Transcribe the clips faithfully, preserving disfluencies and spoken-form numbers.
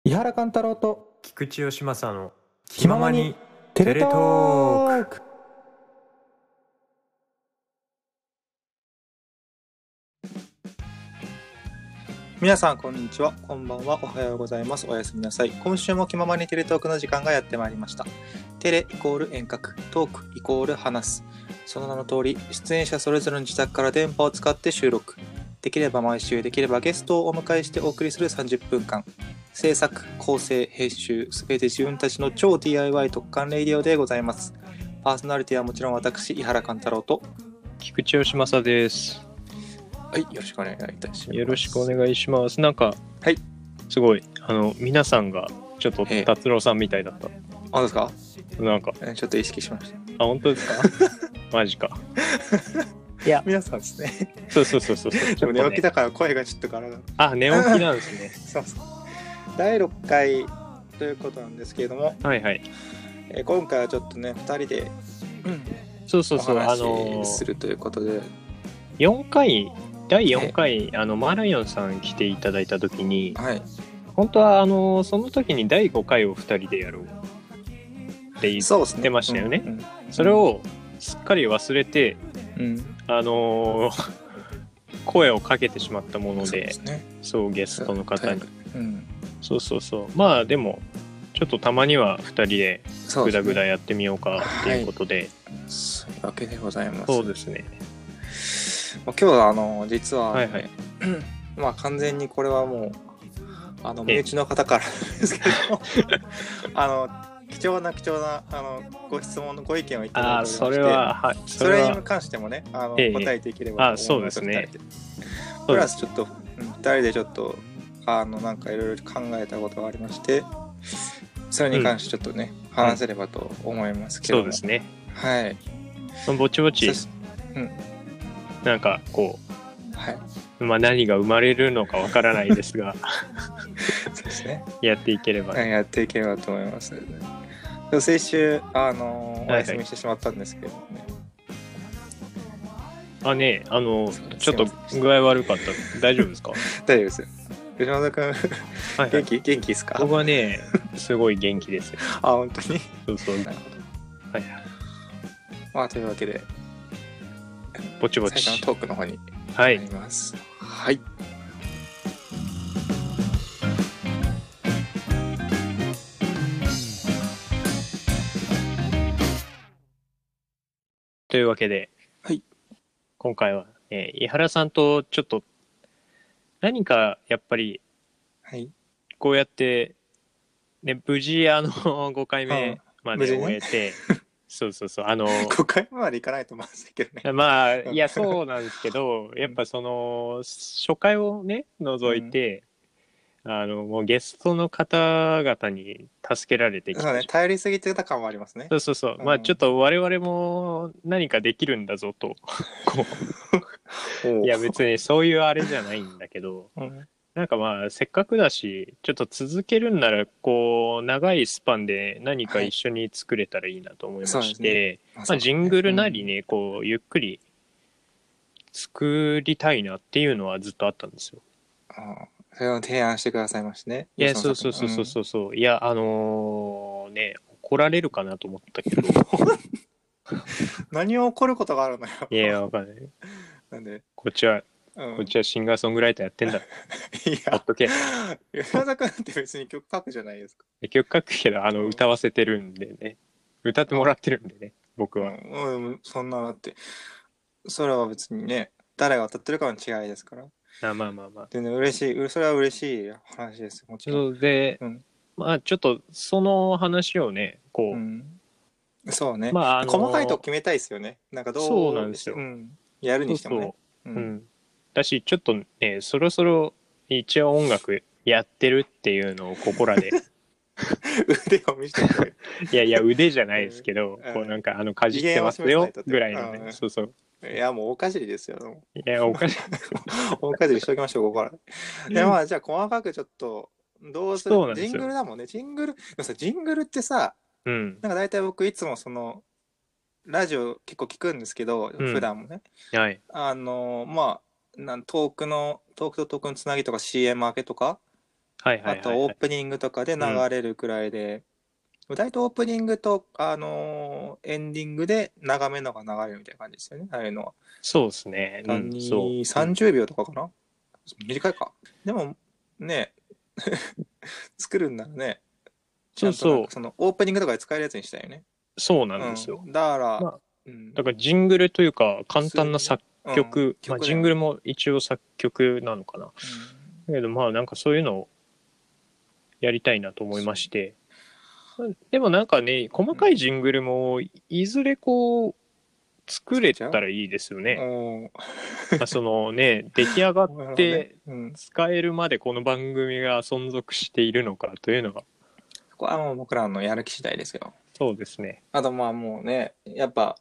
井原貫太郎と菊池義正の気ままにテレトーク。皆さんこんにちは、こんばんは、おはようございます。おやすみなさい。今週も気ままにテレトークの時間がやってまいりました。テレイコール遠隔、トークイコール話す。その名の通り、出演者それぞれの自宅から電波を使って収録。できれば毎週、できればゲストをお迎えしてお送りするさんじゅっぷんかん。制作、構成、編集、すべて自分たちの超 ディーアイワイ 特貫レイディオでございます。パーソナリティはもちろん私、井原貫太郎と菊池義正です。 はい、よろしくお願いいたします。 よろしくお願いします。なんか、 はい、 すごいあの皆さんがちょっと達郎さんみたいだった。 あ、ですか？ なんかちょっと意識しました。 あ、本当ですか？マジか。 いや、皆さんですね。 そうそうそうそうそう。 でも寝起きだから声がちょっとガラガラ。 あ、寝起きなんですね。 そうそう。だいろっかいということなんですけれども、 はいはい。 えー、今回はちょっとね、ふたりで、うん、 そうそうそう、 お話あのするということで、 よんかいだいよんかいあのマライオンさん来ていただいた時に、 はい、 本当はあのその時にだいごかいをふたりでやろうって言ってましたよね。 うんうん、 それをすっかり忘れて、 うん、 あのー、声をかけてしまったもので、そうですね、 そうゲストの方に、 うん、 そうそうそう、まあでもちょっとたまにはふたりでグダグダやってみようかっていうことで、 そういうわけでございます。 そうですね。 今日はあの実は、 はいはい、 まあ完全にこれはもうあの身内の方からですけどあの貴重な貴重なあのご質問のご意見をいただいておりまして、 それは、はい、 それに関してもねあの、ええ、答えていければと思います。 あ、そうですね。 プラスちょっとふたりでちょっとあのなんかいろいろ考えたことがありまして、それに関してちょっとね、うん、話せればと思いますけども、 そうですね。 はい。 ぼちぼち、 うん、 なんかこう、はい。 まあ何が生まれるのかわからないですがそうですね。 やっていければ、 ね、やっていければと思います。先週あのお休みしてしまったんですけどね。 はいはい、あねあのちょっと具合悪かった。大丈夫ですか？ 大丈夫ですよ。吉本君、はい、元気元気ですか？ 僕はねすごい元気ですよ。 あ、本当に？ そうそう。なるほど。はい。 まあというわけでぼちぼち最初のトークの方に入ります。はい。はい、 というわけで、 はい、 今回は、えー、井原さんとちょっと何かやっぱり、 はい、 こうやって、ね、無事あのごかいめまで終えて、ね、そうそうそう、あのごかいめまでいかないとまずいけどね。 まあいやそうなんですけどやっぱその初回をね除いて、うん、あのもうゲストの方々に助けられてきて、 そうね、頼りすぎてた感もありますね。 そうそうそう、うん、まあちょっと我々も何かできるんだぞとこういや別にそういうあれじゃないんだけど、うん、なんかまあせっかくだしちょっと続けるんならこう長いスパンで何か一緒に作れたらいいなと思いまして、はいねまあ、ジングルなりね、うん、こうゆっくり作りたいなっていうのはずっとあったんですよ。 ああ、それを提案してくださいましてね。 いやそうそうそうそうそう、うん、いやあのー、ね怒られるかなと思ったけど何を怒ることがあるのよ。 いやわかんない。 なんでこっちはうん、こっちはシンガーソングライターやってんだ。いや、ほっとけ。 吉田君って別に曲書くじゃないですか。 曲書くけど、あの、歌わせてるんでね。歌ってもらってるんでね、僕は。 うん、うん、そんなのって、それは別にね、誰が歌ってるかの違いですから。 あ、まあまあまあ。 でね、嬉しい、それは嬉しい話です。もちろん。 そうで、うん、まあちょっとその話をね、こう。うん、 そうね。まあ、あのー、細かいとこ決めたいですよね。なんかどうそうなんですよ。 うん、やるにしてもね。 そうそう、うんうんだしちょっとねそろそろ一応音楽やってるっていうのをここらで腕を見せてくれいやいや腕じゃないですけど、うん、こうなんかあのかじってますよぐらいのね、うん、そうそういやもうおかしいですよ。 いやおかしいおかしいしときましょうここからでまあじゃあ細かくちょっとどうするジングルだもんね。ジングルでもさジングルってさ、うん、なんか大体僕いつもそのラジオ結構聞くんですけど、うん、普段もね、はい、あのまあなんトークのトークとトークのつなぎとか シーエム 明けとかはいはいはい、はい、 あとオープニングとかで流れるくらいで、うん、大体オープニングと、あのーエンディングで長めのが流れるみたいな感じですよね、ああいうのは。 そうですね。うん、そう。 さんじゅうびょうとかかな、うん、短いか。でも、ね、作るんならね、ちゃんとなんかそのオープニングとかで使えるやつにしたいよね。 そうなんですよ。 うん、だから、 まあ、 うん、 だからジングルというか簡単な作曲、 ね、うん、 まあジングルも一応作曲なのかな。うん、だけどまあなんかそういうのをやりたいなと思いまして。でもなんかね、細かいジングルもいずれこう作れたらいいですよね。まあそのね、出来上がって使えるまでこの番組が存続しているのかというのが。 ここはもう僕らのやる気次第ですよ。 そうですね。 あとまあもうね、やっぱ、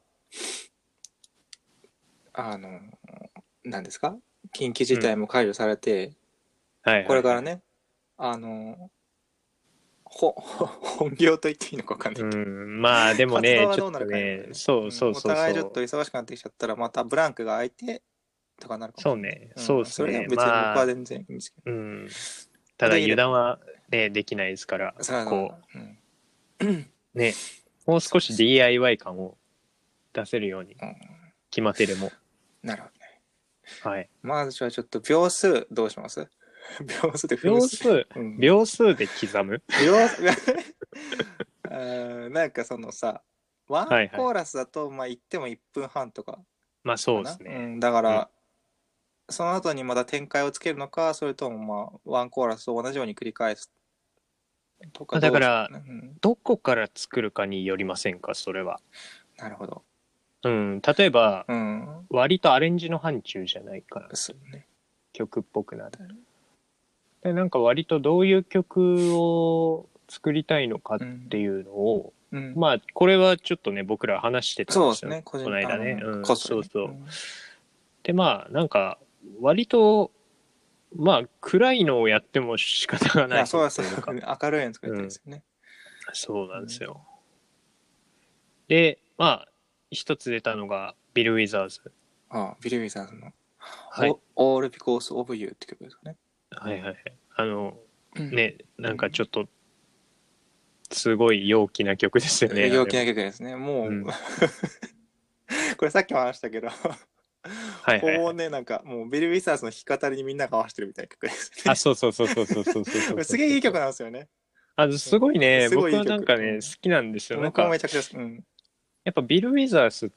あの、何ですか、緊急事態も解除されて、うん、はいはいはい、これからね、あの、ほ、本業と言っていいのか分かんないけど、うん、 まあでもね、ちょっとね、そうそうそうそう、 お互いちょっと忙しくなってきちゃったら、またブランクが空いて、とかなるかもしれない。そうね、うん、そうですね。それは別に僕は全然いいんですけど。まあ、うん。 ただ油断はね、できないですから、こう、うん、ね、もう少し ディーアイワイ 感を出せるように、決まってでも。 なるほどね。 はい。 まずはちょっと秒数どうします？秒数で秒数、うん、秒数で刻む秒数あなんかそのさ、ワンコーラスだと、まあ言ってもいっぷんはんとか。 まあそうですね。 うん、だから、うん、その後にまた展開をつけるのか、それともまあワンコーラスと同じように繰り返すとか、ね。だから、うん、どこから作るかによりませんか、それは。 なるほど。 うん、例えば、うん、割とアレンジの範疇じゃないから、 そうね、 曲っぽくなる。で、なんか割とどういう曲を作りたいのかっていうのを、うん、まあこれはちょっとね僕ら話してたんですよ、ね、この間ね、うん、そうそう、うん、でまあなんか割とまあ暗いのをやっても仕方がないというか、そうそう明るいの作りたいですよね、 うん、そうなんですよ、うん、でまあ一つ出たのがビル・ウィザーズ。 ああ、ビル・ウィザーズの、はい、All Because of You って曲ですかね。 はいはいはい、あの、うん、ね、なんかちょっとすごい陽気な曲ですよね。 陽気な曲ですね。もう、うん、これさっきも話したけどはいはい、はい、ほぼね、なんかもうビル・ウィザーズの弾き語りにみんなが合わせてるみたいな曲ですね。 あ、そうそうそうそうそうそうそうそうすげえいい曲なんですよね。 あ、すごいね、僕はなんかね、うん、好きなんですよ。 僕もめちゃくちゃ好き。うん、 やっぱビル・ウィザースって、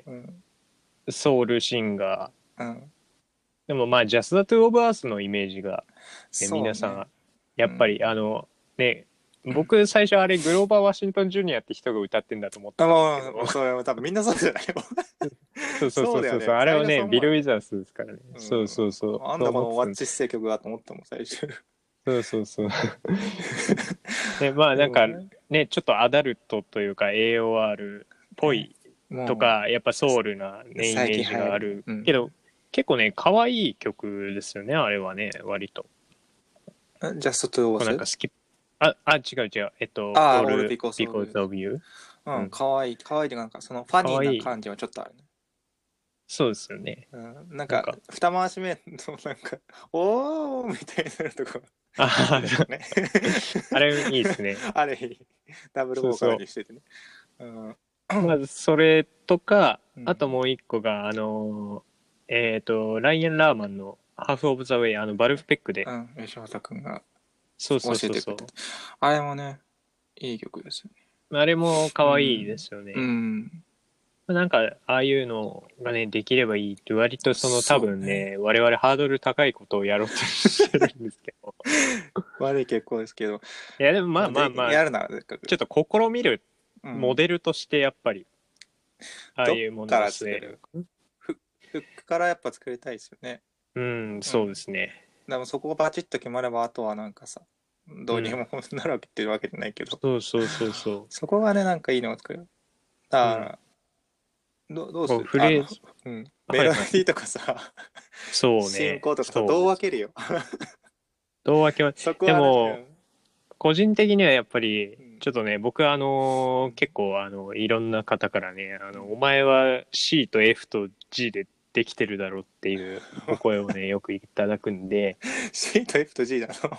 うん、ソウルシンガー、うん、でもまあ、ジャスダ・トゥ・オブ・アースのイメージが、ね、皆さん、やっぱり、うん、あの、ね、僕最初あれグローバー・ワシントン・ジュニアって人が歌ってんだと思ったんですけど、 それは多分みんなそうじゃないよ。 そうそうそうそう、ね、あれはねビル・ウィザースですからね、うん、そうそうそう、 あんなこのワッチ性曲だと思ったもん最初。 そうそうそうでまあなんかねちょっとアダルトというか エーオーアール っぽいとかやっぱソウルな、ね、イメージがある、うん、けど結構ね可愛い曲ですよねあれはね割と。 ジャストトゥオース。 なんか好き。あ、あ、違う違う。えっと、あ、All Because of You。 うん、かわいい。かわいいでなんか、そのファニーな感じはちょっとあるね。 そうですよね。 うん、なんか、二回し目の、なんか、おーみたいになるとこ。 あね、あれいいですね。 あれいい。ダブルボーカルにしててね。 そうそううん、まずそれとか、あともう一個が、あの、えっと、ライアン・ラーマンのハーフ・オブ・ザ・ウェイ、あの、バルフペックで。 うん、吉本くんが。 そうそうそうそう。 あれもね、いい曲ですよね。 あれも可愛いですよね。うん。 うんなんか、ああいうのがね、できればいいって、割とその多分ね、ね我々ハードル高いことをやろうとしてるんですけど。 悪い結構ですけど。 いや、でもまあまあまあ、 やるならちょっと試みるモデルとしてやっぱり、うん、ああいうものですね。 フックからやっぱ作りたいですよね。 うん、そうですね。 うん、でもそこがバチッと決まれば、あとはなんかさ、どうにもなるわけっていうわけじゃないけど、 うん、そうそうそうそう。 そこがね、なんかいいのを作る。だから、うん、どどうするフレーズ、 うん、メロディーとかさ、はいはい、 そうね。 進行とかさ、どう分けるよ。 どう分けは、そこは、ね、でも、うん、個人的にはやっぱり、ちょっとね、僕はあのー、結構あの、いろんな方からね、あの、お前は C と F と G でできてるだろうっていうお声をね、よくいただくんで。 C と F と G なの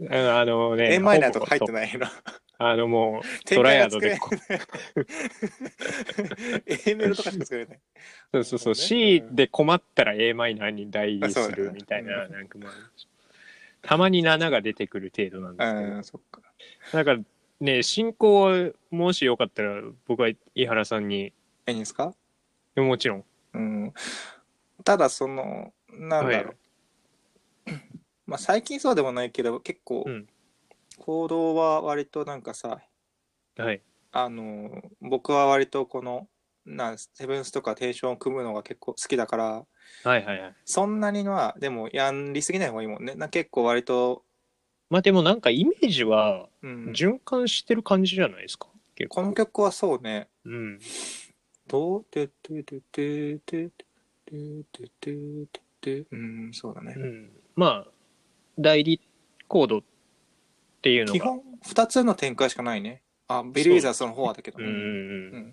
あのね、 A マイナーとか入ってないの。 あのもうトライアドでこ A メロとかしか作れない。 そうそうそう、 ね、 C で困ったら A マイナーに代入するみたいな、なんかまあたまにななが出てくる程度なんですけど、 あ、そっか。 だからね、進行もしよかったら僕は井原さんに。 いいんですか？ もちろん。 うん。ただそのなんだろう、はい、まあ最近そうでもないけど結構、うん、行動は割となんかさ、 はい、 あの僕は割とこのなんセブンスとかテンションを組むのが結構好きだから、 はいはいはい、 そんなにはでもやりすぎない方がいいもんね。な結構割とまあでもなんかイメージは循環してる感じじゃないですか、 うん、結構この曲はそうね。 うん。 どうててててててててて、うん、そうだね。 うん、まあ代理コードっていうのが基本ふたつの展開しかないね。あ、ベルイザーその方はだけど。 うんうんうん。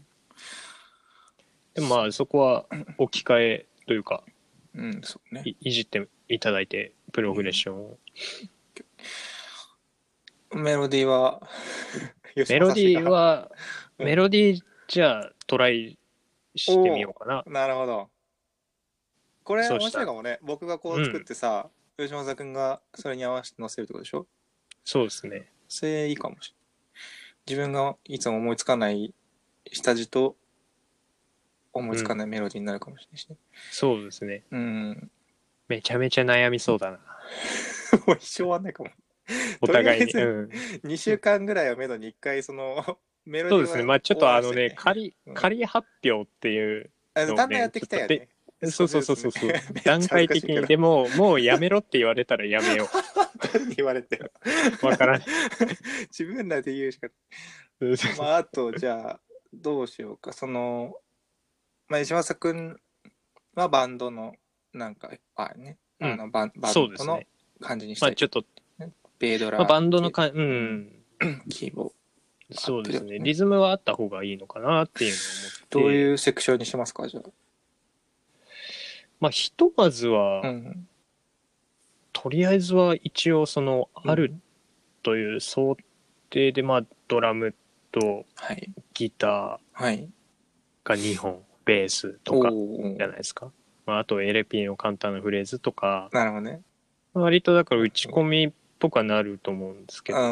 でもまあそこは置き換えというか、 うん、そうね。 い, いじっていただいてプログレッションを。 うん、メロディーはメロディーは、うん、メロディーじゃあトライしてみようかな。 なるほど。これ面白いかもね。僕がこう作ってさ、うん、吉正君がそれに合わせて載せるってことでしょ？そうですね。 それいいかもしれない。自分がいつも思いつかない下地と思いつかないメロディーになるかもしれないしね。うん、 そうですね。 うん。めちゃめちゃ悩みそうだな。 もう一生終わんないかも。お互いに。うん、にしゅうかんぐらいをめどにいっかいそのメロディーは、ね、そうですね。 まあちょっとあのね、仮、仮発表っていうのを、ね、 だんだんやってきたよね。 そうそうそうそうそう。段階的に。でも、もうやめろって言われたらやめよう。 誰に言われてる？ わからん。 自分らで言うしか。まあ、あと、じゃあ、どうしようか。その、まあ、石正くんはバンドの、なんか、あれね、うん、あのバンバンドの感じにしたい。 まあ、ちょっと、 ベードラー、 まあ、バンドのか、うん。 キーボード。 そうですね。リズムはあった方がいいのかなっていうのを思って。 どういうセクションにしますか、じゃあ。 まあ、ひとまずは、うん、とりあえずは一応その、あるという想定で、まあ、ドラムとギターがにほん、はい、ベースとかじゃないですか。まあ、あと エルピー の簡単なフレーズとか。 なるほどね。 割とだから打ち込みっぽくはなると思うんですけど。 うん。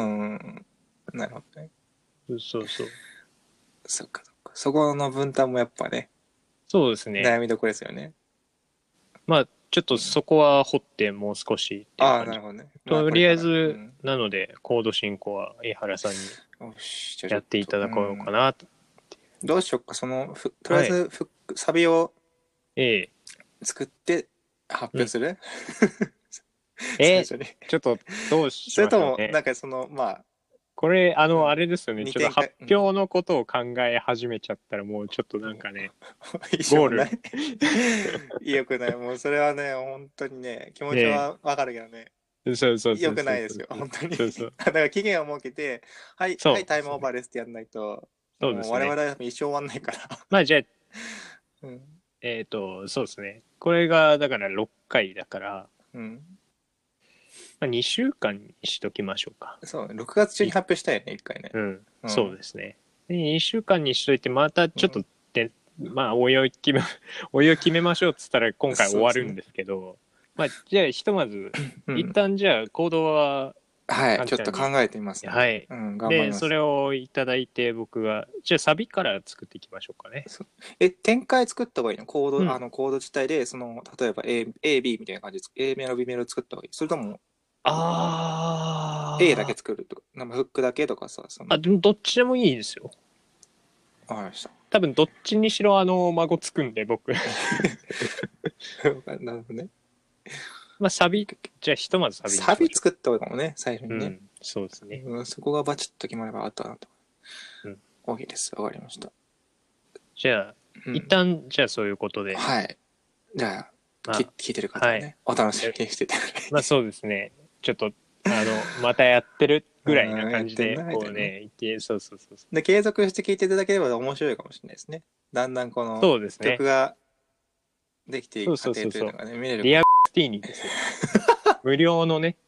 なるほどね。 そうそう。 そっかそっか。そこの分担もやっぱね。 そうですね。 悩みどころですよね。 まあ、ちょっとそこは掘ってもう少しっていう感じ。ああ、なるほどね。とりあえず、うん、なので、コード進行は井原さんにやっていただこうかなと。 うん、どうしよっか、その、とりあえず、はい、サビを作って発表する、 うん、えちょっとどうしましょうね。 それとも、なんかその、まあ、 これ、あの、あれですよね。ちょっと発表のことを考え始めちゃったら、もうちょっとなんかね、ゴール。 よくない。もうそれはね、本当にね、気持ちはわかるけどね。 そうそうそう。 よくないですよ、本当に。そうそう。だから期限を設けて、はい、はい、タイムオーバーですってやんないと、そうですね。我々は一生終わんないから。 まあじゃあ、うん、えっと、そうですね。これが、だからろっかいだから、うん。まあ、にしゅうかんにしときましょうか。 そう、ろくがつ中に発表したいよね、いっかいね。 うん、うん、そうですね。でにしゅうかんにしといて、またちょっとで、うん、まあ、おいおい決め、おいおい決めましょうっつったら今回終わるんですけど、ね、まあ、じゃあひとまず、うん、一旦じゃあコードは、 はい、ちょっと考えてみますね。 はい。 うん、頑張ります。 で、それをいただいて僕が、じゃあサビから作っていきましょうかね。 え、展開作った方がいいの？コード、うん、あのコード自体で、その、例えば A、A、B みたいな感じで、A メロ、B メロ作った方がいい？それとも、 あー A だけ作るとか、なんかフックだけとかさ、その。 あ、でもどっちでもいいですよ。 わかりました。 多分どっちにしろあの孫つくんで僕。なるほどね。 まあサビ、じゃあひとまずサビサビ作った方がいいかもね、最初にね。うん、 そうですね、 うん。そこがバチッと決まればあとはなと。うん。OK です。わかりました。 じゃあ、うん、一旦じゃあそういうことで。 はい。じゃあ、まあ、聞いてる方はね、はい、お楽しみにしてて。 まあそうですね。ちょっと、あの、またやってるぐらいな感じで、こうね、いて、そうそうそうそう。 で、継続して聞いていただければ面白いかもしれないですね。だんだんこの、そうですね、曲ができていく過程というのがね、見れる。 ディア・スティーニーですよ。無料のね、ディア・ス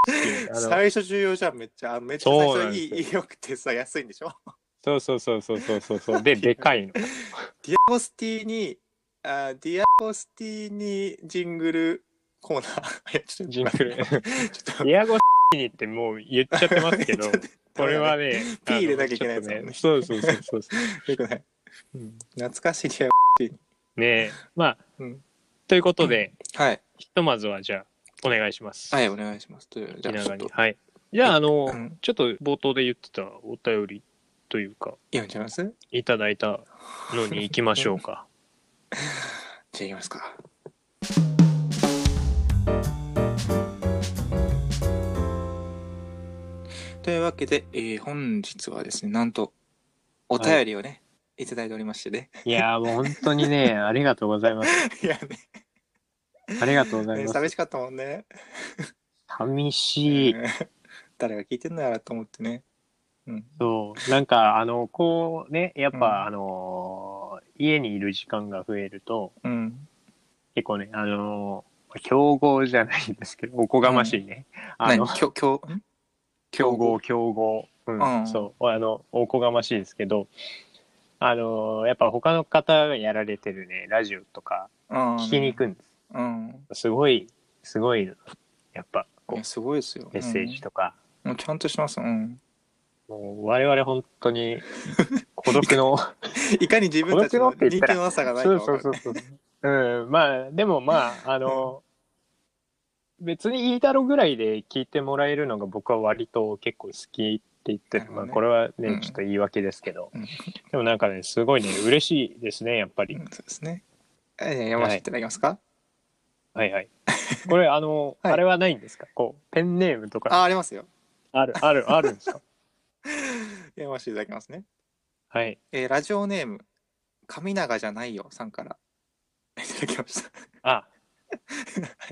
あの最初重要じゃん、めっちゃ。めっちゃ最初いい、いいよくてさ、安いんでしょ。 そうそうそうそうそうそうそう。で、でかいの。 ディアゴスティーニ、あディアゴスティーニジングルコーナー。ちょっとジングル。 ちょっとディアゴスティーニってもう言っちゃってますけど、これはね、 P 入れなきゃいけないやつだもんね。 そうそうそうそうそう。 よくない。うん、懐かしいディアゴスティーニ。 ねえ、まあ、 うん、 ということで、 うん、はい。 ひとまずはじゃあ、お願いします。 はい、お願いします。という気長に。はい。じゃあ、あの、うん、ちょっと冒頭で言ってたお便りというか、 読んじゃいます？ いただいたのに行きましょうか。 じゃあ行きますか。というわけで、えー、本日はですね、なんとお便りをね、はい、いただいておりましてね。 いやーもう本当にね、ありがとうございます。 いやね。 ありがとうございます。 ね、寂しかったもんね。 寂しい。 誰が聞いてんのやらと思ってね。 うん、そうなんかあのこうねやっぱ、うん、あの家にいる時間が増えると、うん、結構ねあの競合じゃないんですけどおこがましいね、うん、あの競競競合競合、うん、うん、そうあのおこがましいですけどあのやっぱ他の方がやられてるねラジオとか聞きに行くんです、うん、すごいすごいやっぱこうすごいですよメッセージとか、 うん、ちゃんとします、うん、 もう我々本当に孤独のいかに自分たちの人気のなさがないか分かる。 そうそうそうそう。うん、まあでもまああの別にいいだろぐらいで聞いてもらえるのが僕は割と結構好きって言ってる、ね、まあこれはね、うん、ちょっと言い訳ですけど、うん、でもなんかねすごいね嬉しいですねやっぱり。 うん、そうですね。えー、読ませていただけますか。 はい、はいはい。これあの、はい、あれはないんですかこうペンネームとか。 あありますよ。 あるあるあるんですか。 読ませていただきますね。 はい。 えー、ラジオネーム神長じゃないよさんからいただきました。 あ、はい、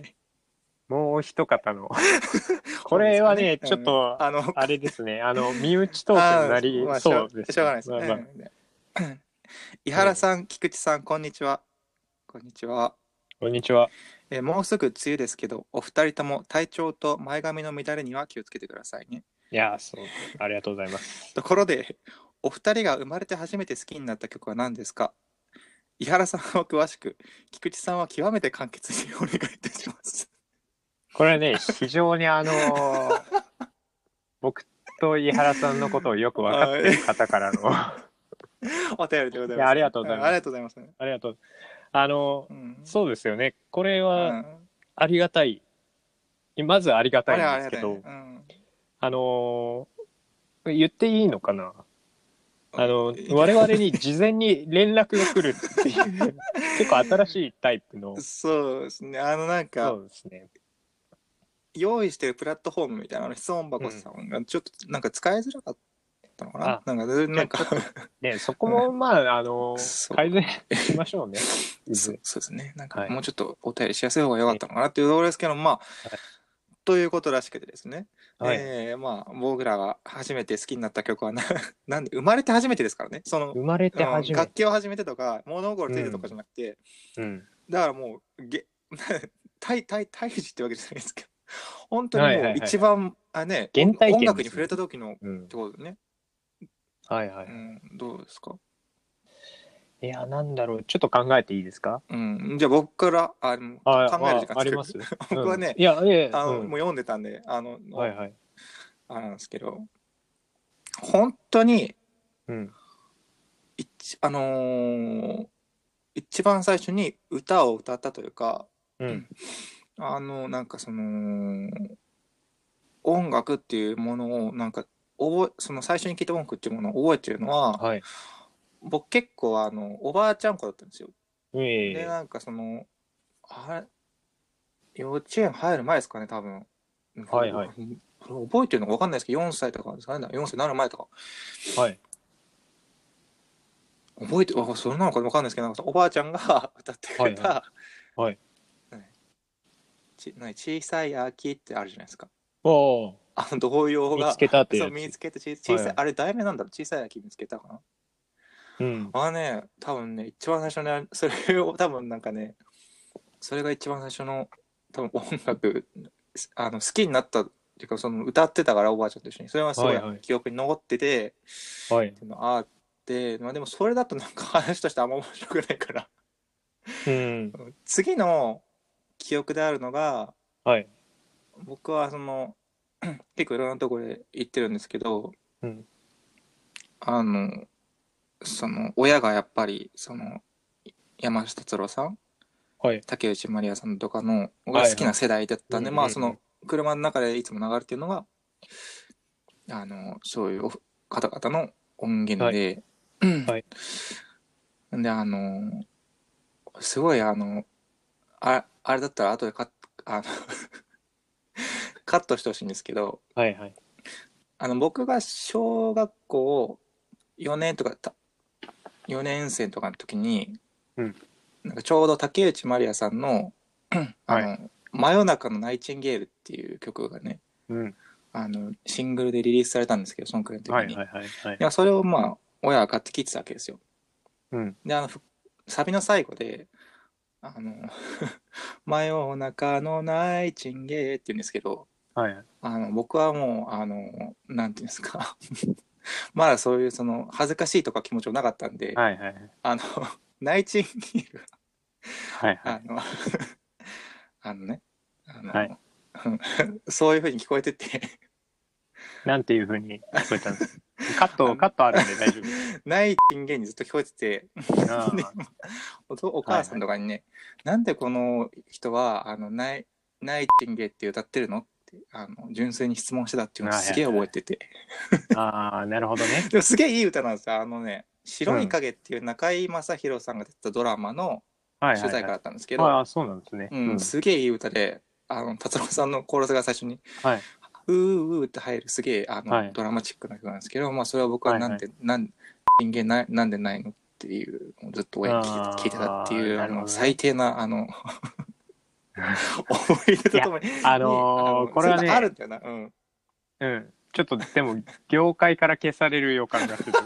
もう一方のこれはね、ね、ちょっと、うん、あのあれですねあの身内トークになりそうです、ね、 しょうがないですね、まあまあ、井原さん、菊池さん、こんにちは。こんにちは。 こんにちは。 えー、もうすぐ梅雨ですけど、お二人とも体調と前髪の乱れには気をつけてくださいね。 いやそうありがとうございます。 ところで、お二人が生まれて初めて好きになった曲は何ですか？井原さんは詳しく、菊池さんは極めて簡潔にお願いいたします。 これね、非常にあのー、僕と井原さんのことをよく分かっている方からのお便りでございます、ね。 いやありがとうございます。 ありがとうございます、ね。 ありがとう。あの、うん、そうですよね。これはありがたい。まずありがたいんですけど、あ, うん、あのー、言っていいのかな。あの我々に事前に連絡が来るっていう結構新しいタイプの。 そうですね。あのなんか。 そうですね。 用意してるプラットフォームみたいなの質問箱さんがちょっとなんか使いづらかったのかな、うん、なんかなんかねそこもまああの改善しましょうね。 そ, そうですね。なんかもうちょっとお便りしやすい方が良かったのかなっていうところですけど、はい、まあ、はい、ということらしくてですね。はい、えー、まあ僕らが初めて好きになった曲はななんで生まれて初めてですからね。その生まれて初めて、 うん、楽器を始めてとか物心ついてとかじゃなくて、うんうん、だからもうげ胎胎胎児ってわけじゃないですけど。本当にもう一番、はいはいはい、あね、音楽に触れた時のってことね。 うん、はいはい、 うん。どうですか？ いやなんだろうちょっと考えていいですか？ うん。じゃあ僕からあ考える時間あります。 僕はね、 うん、いやいやあの、うん、もう読んでたんであの、 はいはい、 あれなんですけど、本当に、うん、一あのー、一番最初に歌を歌ったというか、うん、あのなんかその音楽っていうものをなんか覚えその最初に聞いた音楽っていうものを覚えてるのは、はい、僕結構あのおばあちゃん子だったんですよ。えー、でなんかそのあれ幼稚園入る前ですかね多分。はいはい。覚えてるのか分かんないですけどよんさいとかですかねよんさいになる前とか。はい。覚えてあそれなのか分かんないですけどなんかおばあちゃんが歌ってくれた、はいはいはい、ち小さい秋ってあるじゃないですか。おあの童謡が見つけたってそう見つけて小さい、はいはい、あれ題名なんだろう小さい秋見つけたかな。うん、あね多分ね一番最初ねそれを多分なんかねそれが一番最初の多分音楽あの好きになったていうかその歌ってたからおばあちゃんと一緒にそれはすごいはいはい記憶に残ってて、 はいっていうのあって、まあ、でもそれだとなんか話としてあんま面白くないからうん次の記憶であるのが、 はい僕はその結構いろんなところで行ってるんですけど、 うんあのその親がやっぱりその山下達郎さん、 はい竹内まりやさんとかのがはいはい好きな世代だったんで、 うんうんうんまあその車の中でいつも流れてるのがあのそういう方々の音源はいで、 はいであのすごいあのああれだったら後でカッあのカットしてほしいんですけど、 はいはいあの僕が小学校よねんとかよねん生とかの時に、 うん、 なんかちょうど竹内まりやさんのあの、 はい真夜中のナイチンゲールっていう曲がね、 うんあのシングルでリリースされたんですけど、そのくらいの時に、 はいはいはいはいいやそれをまあ親が買って聴いてたわけですよ。 うんであのサビの最後であの真夜中のナイチンゲールって言うんですけど、 はいあの僕はもうあのなんていうんですかまだそういうその恥ずかしいとか気持ちもなかったんで、 はいはいあのナイチンゲールはいはいあのあのねあの、 はい。 そういう風に聞こえててなんていう風に聞こえたんですか？カットカットあるんで大丈夫です。 ナイチンゲールにずっと聞こえててであおおあ母さんとかにね、なんでこの人はあのナイナイチンゲールって歌ってるのってあの純粋に質問してたっていうのをすげえ覚えてて、 ああなるほどね。 でもすげえいい歌なんですよ。あのね「白いうん影」っていう中居正広さんが出てたドラマのはいはいはい。 主題歌だったんですけど、 ああそうなんですね。 ううん。 んすげえいい歌で、あの達郎さんのコーラスが最初にはい 「うーうー」って入るすげえあのはいドラマチックな曲なんですけど、まあそれは僕はなんはいはい。 でなん人間ななんでないのっていうのをずっと親に聞いて聞いてたってああいうあなるほどね。 の最低なあの思い出いやとともにあにあのー、 のそういうのあるこれはね、 んだよな。うん。 うんちょっとでも業界から消される予感がする。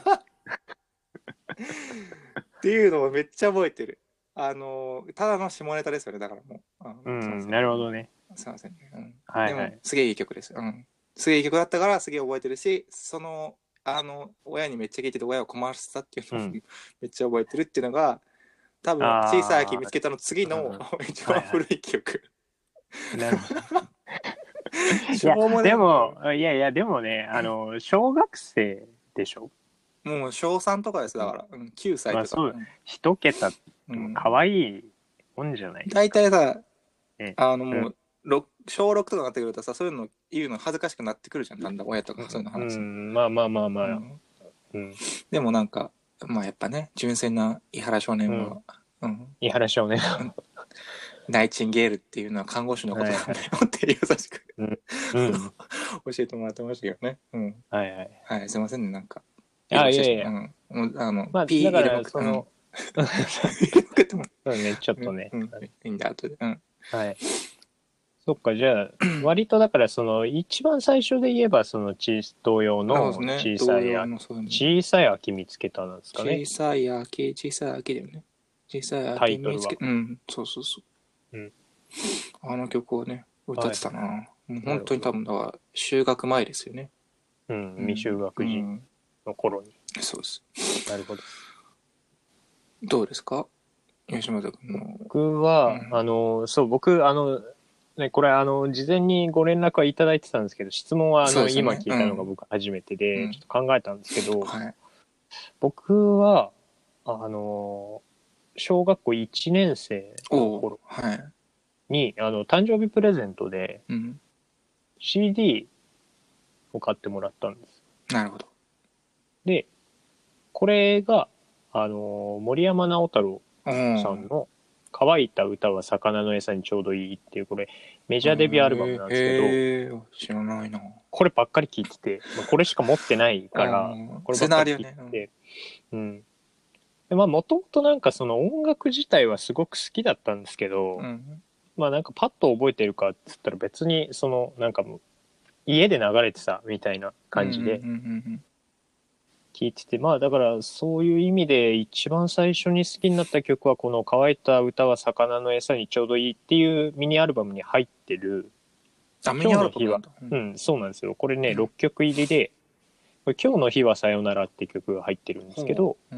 っていうのをめっちゃ覚えてる。あのただの下ネタですよね、だからもう。あうすいません。 んなるほどね。 すいませんね。うん、でもはいはいすげえいい曲です。うん。すげえいい曲だったからすげえ覚えてるし、そのあの親にめっちゃ聞いてて親を困らせたっていうのも、 うんめっちゃ覚えてるっていうのが多分小さい秋あ見つけたの次あ、うんのうん、 一番古い記憶。 なるほど。 しいやょうもね、 でもいやいやでもねあの小学生でしょ。 うん、もう小さんとかですだから、うん、きゅうさいとか。 まあそう一桁うん、 可愛いもんじゃないですか。 大体さ、 ね、 あのもうんう、ろ小ろくとかになってくるとさ、そういうの言うの恥ずかしくなってくるじゃん、だんだん親とかそういうのう話すの。 ん、まあまあまあまあ、 うん、 うん、 でもなんか、まあやっぱね、純粋な伊原少年は、うん、 井原少年。 ナイチンゲールっていうのは看護師のことなんだよって優しく、 うん、うん、 教えてもらってましたけどね。うん。 はいはい。 はい、すいませんね、なんか。 あ、いやいや、 うん。もうあの、 まあピーだか入れまくっらその、 うん、入れまくってもそうね、ちょっとね、 うん、いいんだ、後で。うん。 はい。そっか、じゃあ、割とだからその、一番最初で言えば、その、チ同様のそうですね、 小さい、 同様のそういうの。 小さい秋見つけたんですかね、 小さい秋、小さい秋だよね。小さいタ秋イトルは。 見つけ、うん、そうそうそう。 うん。 あの曲をね、歌ってたな。 はいもう本当に多分、だから、修学前ですよね。 うん、 うん未就学児うんの頃に。 そうです。 なるほど。 どうですか吉本君の。 僕は、 うんあの、そう、僕、あの、ね、これ、あの、事前にご連絡はいただいてたんですけど、質問は、あの、 そうですよね今聞いたのが僕初めてで、 うんちょっと考えたんですけど、 はい。 僕は、あの、小学校いちねん生のお頃はい。 に、あの、誕生日プレゼントでうん。 シーディー を買ってもらったんです。 なるほど。 で、これが、あの、森山直太朗うんさんの乾いた歌は魚の餌にちょうどいいっていう、これメジャーデビューアルバムなんですけど、 へえ、知らないな。 こればっかり聴いてて、まあこれしか持ってないからうん、 こればっかり聴いてて、うん。でまあもともとなんかその音楽自体はすごく好きだったんですけど、 うん。 まあなんかパッと覚えてるかっつったら別にそのなんかもう家で流れてたみたいな感じでうんうん聴いてて、まあだからそういう意味で一番最初に好きになった曲はこの乾いた歌は魚の餌にちょうどいいっていうミニアルバムに入ってるあ、ミニアルバムなんだ。 うん、うん、そうなんですよ。これね、 うん、 ろっきょく入りで、これ今日の日はさよならって曲が入ってるんですけど、 うん、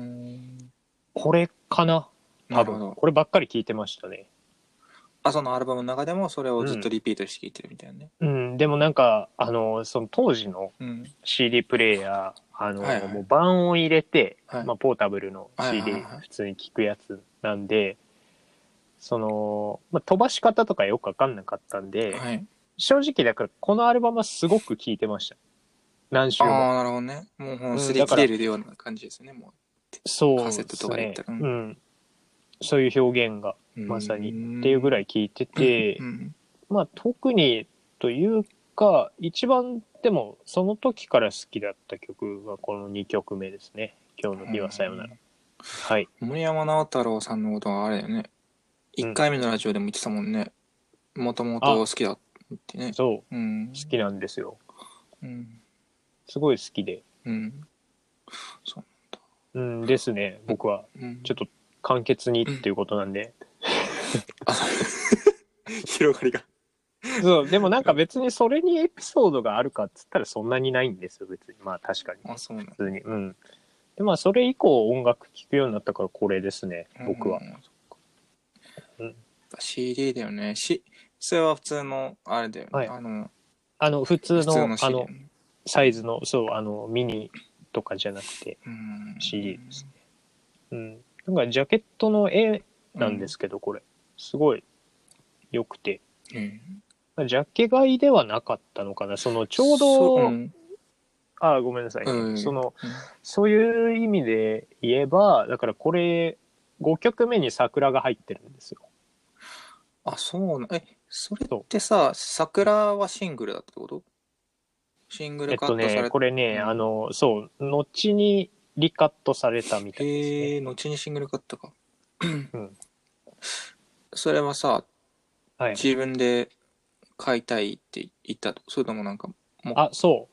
これかな多分。 なるほど。 こればっかり聴いてましたね。 あ、そのアルバムの中でもそれをずっとリピートして聴いてるみたいなね。 うん、うん、でもなんか、あの、その当時のうん、 シーディー プレイヤー、あの、 はいはい、 もう盤を入れて、 はい、 まあ、ポータブルのはいはいシーディーはいはい、 普通に聴くやつなんで、その、まあ、飛ばし方とかよくわかんなかったんで、 はい。 正直だからこのアルバムはすごく聴いてました。何週も。 ああ、なるほどね。もう、もううん、 擦り切だから、 れるような感じですね、もう。カそうセットとですね。 かで言ったら。ううんん。そういう表現がまさにっていうぐらい聴いてて、 うん、 まあ特にというか、一番でもその時から好きだった曲がこのにきょくめですね。今日の日はさよなら。はい。 森山直太朗さんのことはあれだよね。いっかいめのラジオでも言ってたもんね。もともと好きだってね。 そう、 うん、 好きなんですよ。 うん、 すごい好きで。 うん。そううんですね、僕は。 うん、 ちょっと簡潔にっていうことなんで。 あ、広がりが。 そう、でもなんか別にそれにエピソードがあるかっつったらそんなにないんですよ、別に。まあ確かに。 あ、そうなんだ。 普通に。うん。で、まあそれ以降音楽聴くようになったからこれですね、僕は。 うん、シーディー だよね。し、それは普通の、あれだよね。 はい、 あの、 あの、普通の、 普通の シーディー、 あの、サイズの、そう、あの、ミニとかじゃなくて、 うん、 シーディー ですね。うん。なんかジャケットの絵なんですけど、うん、これ。すごい良くて。うん、ジャケ買いではなかったのかな。その、ちょうど、うん、あ、ごめんなさいね。うん、その、うん、そういう意味で言えば、だからこれ、ごきょくめに桜が入ってるんですよ。 あ、そうな、え、それってさ、桜はシングルだってこと？シングルカットされて、 えっとね、これね、うん、あの、そう、後にリカットされたみたいですね。 へえ、後にシングルカットか。 うん。 それはさ、 はい、 自分で買いたいって言ったと？それともなんかもう、 あ、そう。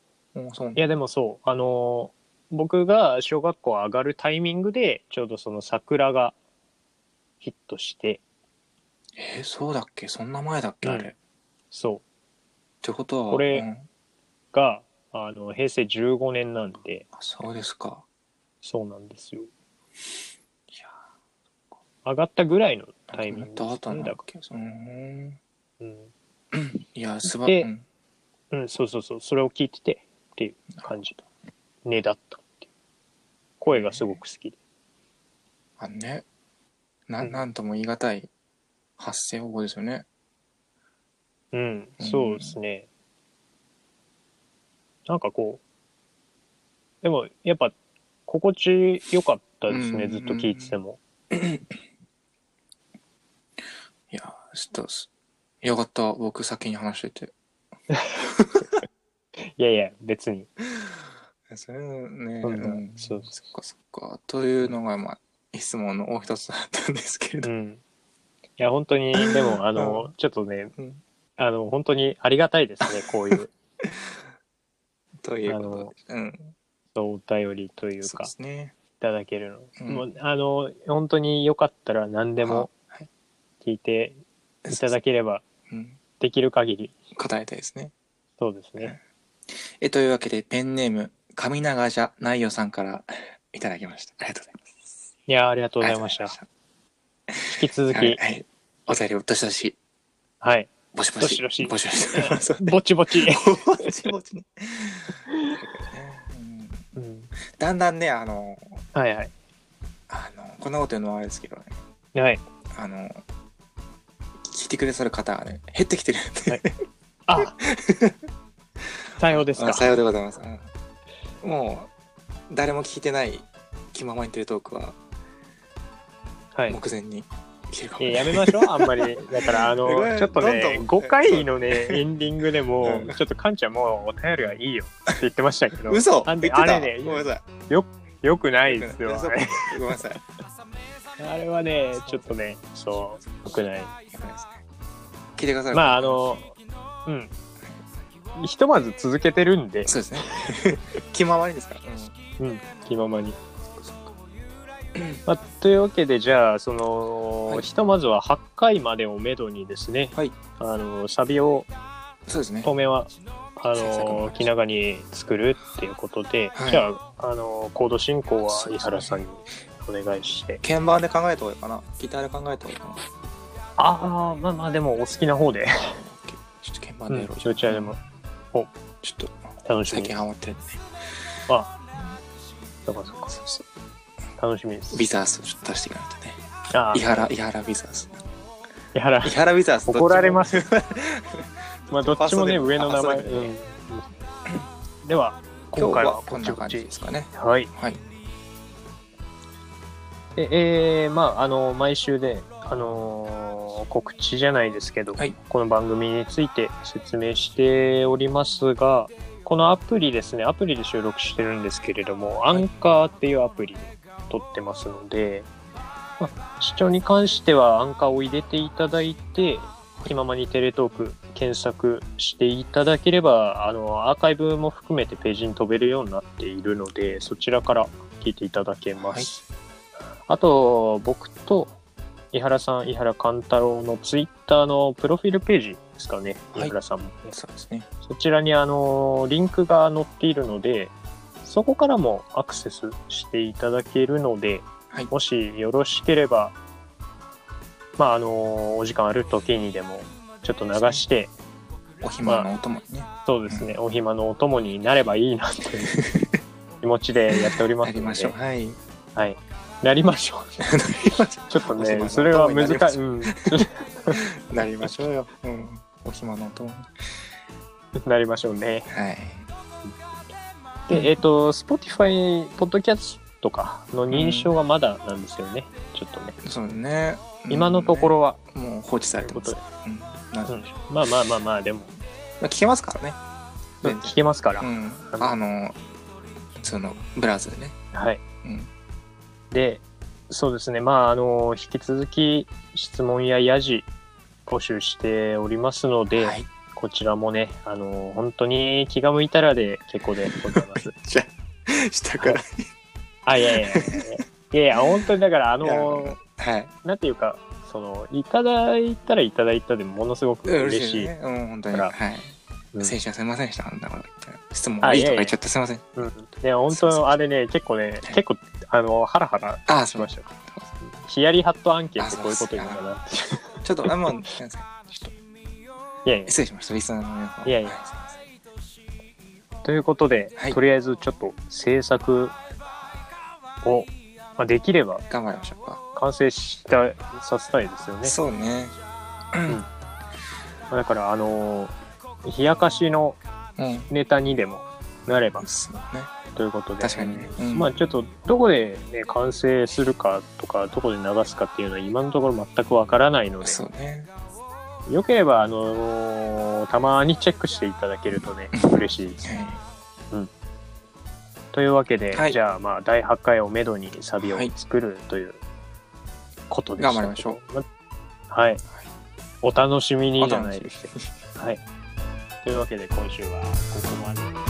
もうそういや、でもそう、あの、僕が小学校上がるタイミングで、ちょうどその桜がヒットして。 えー、そうだっけ？そんな前だっけ、うん、あれ。そう。ってことは、 これが、うん、あの、へいせいじゅうごねんなんで。 あ、そうですか。 そうなんですよ。いや、上がったぐらいのタイミングですね。 だだっけ、うん。うん。いや、すば、 で、うん、うん、そうそうそう、それを聞いててっていう感じ。ねだったっていう。声がすごく好きで。 あ、ね。な、なんとも言い難い発声方法ですよね。 うん、そうですね。なんかこう、でもやっぱ心地よかったですね、ずっと聞いてても。 いや、ちょっと、よかった、僕先に話してて。 いやいや、別に。 それね、 うん、そうそっかそっか。というのが、まあ、質問のもう一つだったんですけれど。うん、 いや、本当に、でも、あの、うん、ちょっとね、うん、あの、本当にありがたいですね、こういう。 ということで、うん。 そう、お便りというか、 そうですね、 いただけるの。うん、もう、あの、本当によかったら何でも聞いていただければ、うん、できる限り。 答えたいですね。 そうですね。 え、というわけで、ペンネーム、上長じゃないよさんからいただきました。ありがとうございます。 いや、ありがとうございました。した引き続き、はい、 はい、お便りをどしどし。 はい。 ぼしぼし。 どしどし。 ぼしぼし。 ぼちぼち。 ぼちぼちね。うん、だんだんね、あの、 はいはい。 あの、こんなこと言うのはあれですけどね。 はい。あの、聞いてくださる方がね、減ってきてるんで、はい。 あさようですか。 さようでございます。うん、もう、誰も聞いてない気ままにてるトークは、はい、目前に来てるかも、ね。 やめましょう、あんまり。だから、あの、ちょっとね、ごかいのね、エンディングでも、ちょっとカンちゃんもうお便りはいいよって言ってましたけど。 嘘あれね、 ごめんなさい。よ、よくないですよ。 ごめんなさい。 あれはね、ちょっとね、そう、よくない。 聞いてください。 まあ、あの、うん。ひとまず続けてるんで。 そうですね。気ままにですから。 うん、うん、気ままに。まあ、というわけで、じゃあ、その、はい、ひとまずははっかいまでをめどにですね、はい、あの、サビをそうですね。 当面はあの気長に作るっていうことで、はい、じゃあ、あのコード進行は井原さんにお願いして。 鍵盤で考えた方がいいかな。ギターで考えた方がいいかな。 ああ、まあまあでもお好きな方で。 ちょっと鍵盤でやろう。 どちらでも。お、 ちょっと楽しみ。最近ハマってるんで。 あ、そうかそうか。そうそう。楽しみです。 ビザースをちょっと出していかないとね。ああ。井原、井原ビザース。 井原。 井原ビザース。 怒られます。まあどっちもね、上の名前。うん、では、今回はこんな感じですかね。 はい。はい。で、えー、まあ、あの、毎週で、あのー、告知じゃないですけど、はい、この番組について説明しておりますが、このアプリですね、アプリで収録してるんですけれども、アンカーっていうアプリで撮ってますので、まあ、視聴に関してはアンカーを入れていただいて、気ままにテレトーク検索していただければ、あの、アーカイブも含めてページに飛べるようになっているので、そちらから聞いていただけます。はい、あと、僕と井原さん、井原貫太郎のツイッターのプロフィールページですかね、はい、井原さんも、ね。 そうですね。 そちらにあの、リンクが載っているので、そこからもアクセスしていただけるので、はい、もしよろしければ、まああのお時間ある時にでもちょっと流して、 お暇のお供にね、 まあ、そうですね、うん、お暇のお供になればいいなという気持ちでやっておりますので、 なりましょう。はい、 はい、なりましょう。ちょっとね、それは難しい。うん、 なりましょうよ。うん、お暇のお供になりましょうね。 はい。 で、えっ、ー、と Spotify ポッドキャストとかの認証がまだなんですよね、うん、ちょっとね。 そうね。 今のところは、 うんね、もう放置されてます。 うんうん、まあまあまあまあでも、 まあ、聞けますからね。 聞けますから。うん、 あのそのブラウザでね。 はい。うん、で、そうですね。まああの引き続き質問やヤジ募集しておりますので、はい、こちらもね、あの本当に気が向いたらで結構でございます。 じゃあ下から、はい、 あいやいやいやいやいやいや本当にだからあのはい、なんていうかそのいただいたらいただいたでものすごく嬉しい。 うん、うん、本当に。はい。うん、先週はすみませんでした。あんなこと言って質問いいとか言っちゃってすみません。 うん。で本当あれね結構ね結構あのハラハラしましたよ。ヒヤリハット案件ってこういうこと言うのかな。 ちょっとあもうちょっといやいや失礼しました。リスナーの皆さん。 いやいや。ということで、はい、とりあえずちょっと制作を、まあ、できれば頑張りましょうか。 完成したさせたいですよね。 そうね。 うん。だからあのー、冷やかしのネタにでもなれば、うん、そうね。ということで、 確かにね。 うん、まあちょっとどこでね完成するかとかどこで流すかっていうのは今のところ全くわからないので、 そうね。 よければあのー、たまにチェックしていただけるとね嬉しいです。はい、うん。というわけで、はい、じゃあまあだいはちかいをめどにサビを作るということでした。 頑張りましょう。 はい。お楽しみにじゃないですけど。はい。というわけで今週はここまで。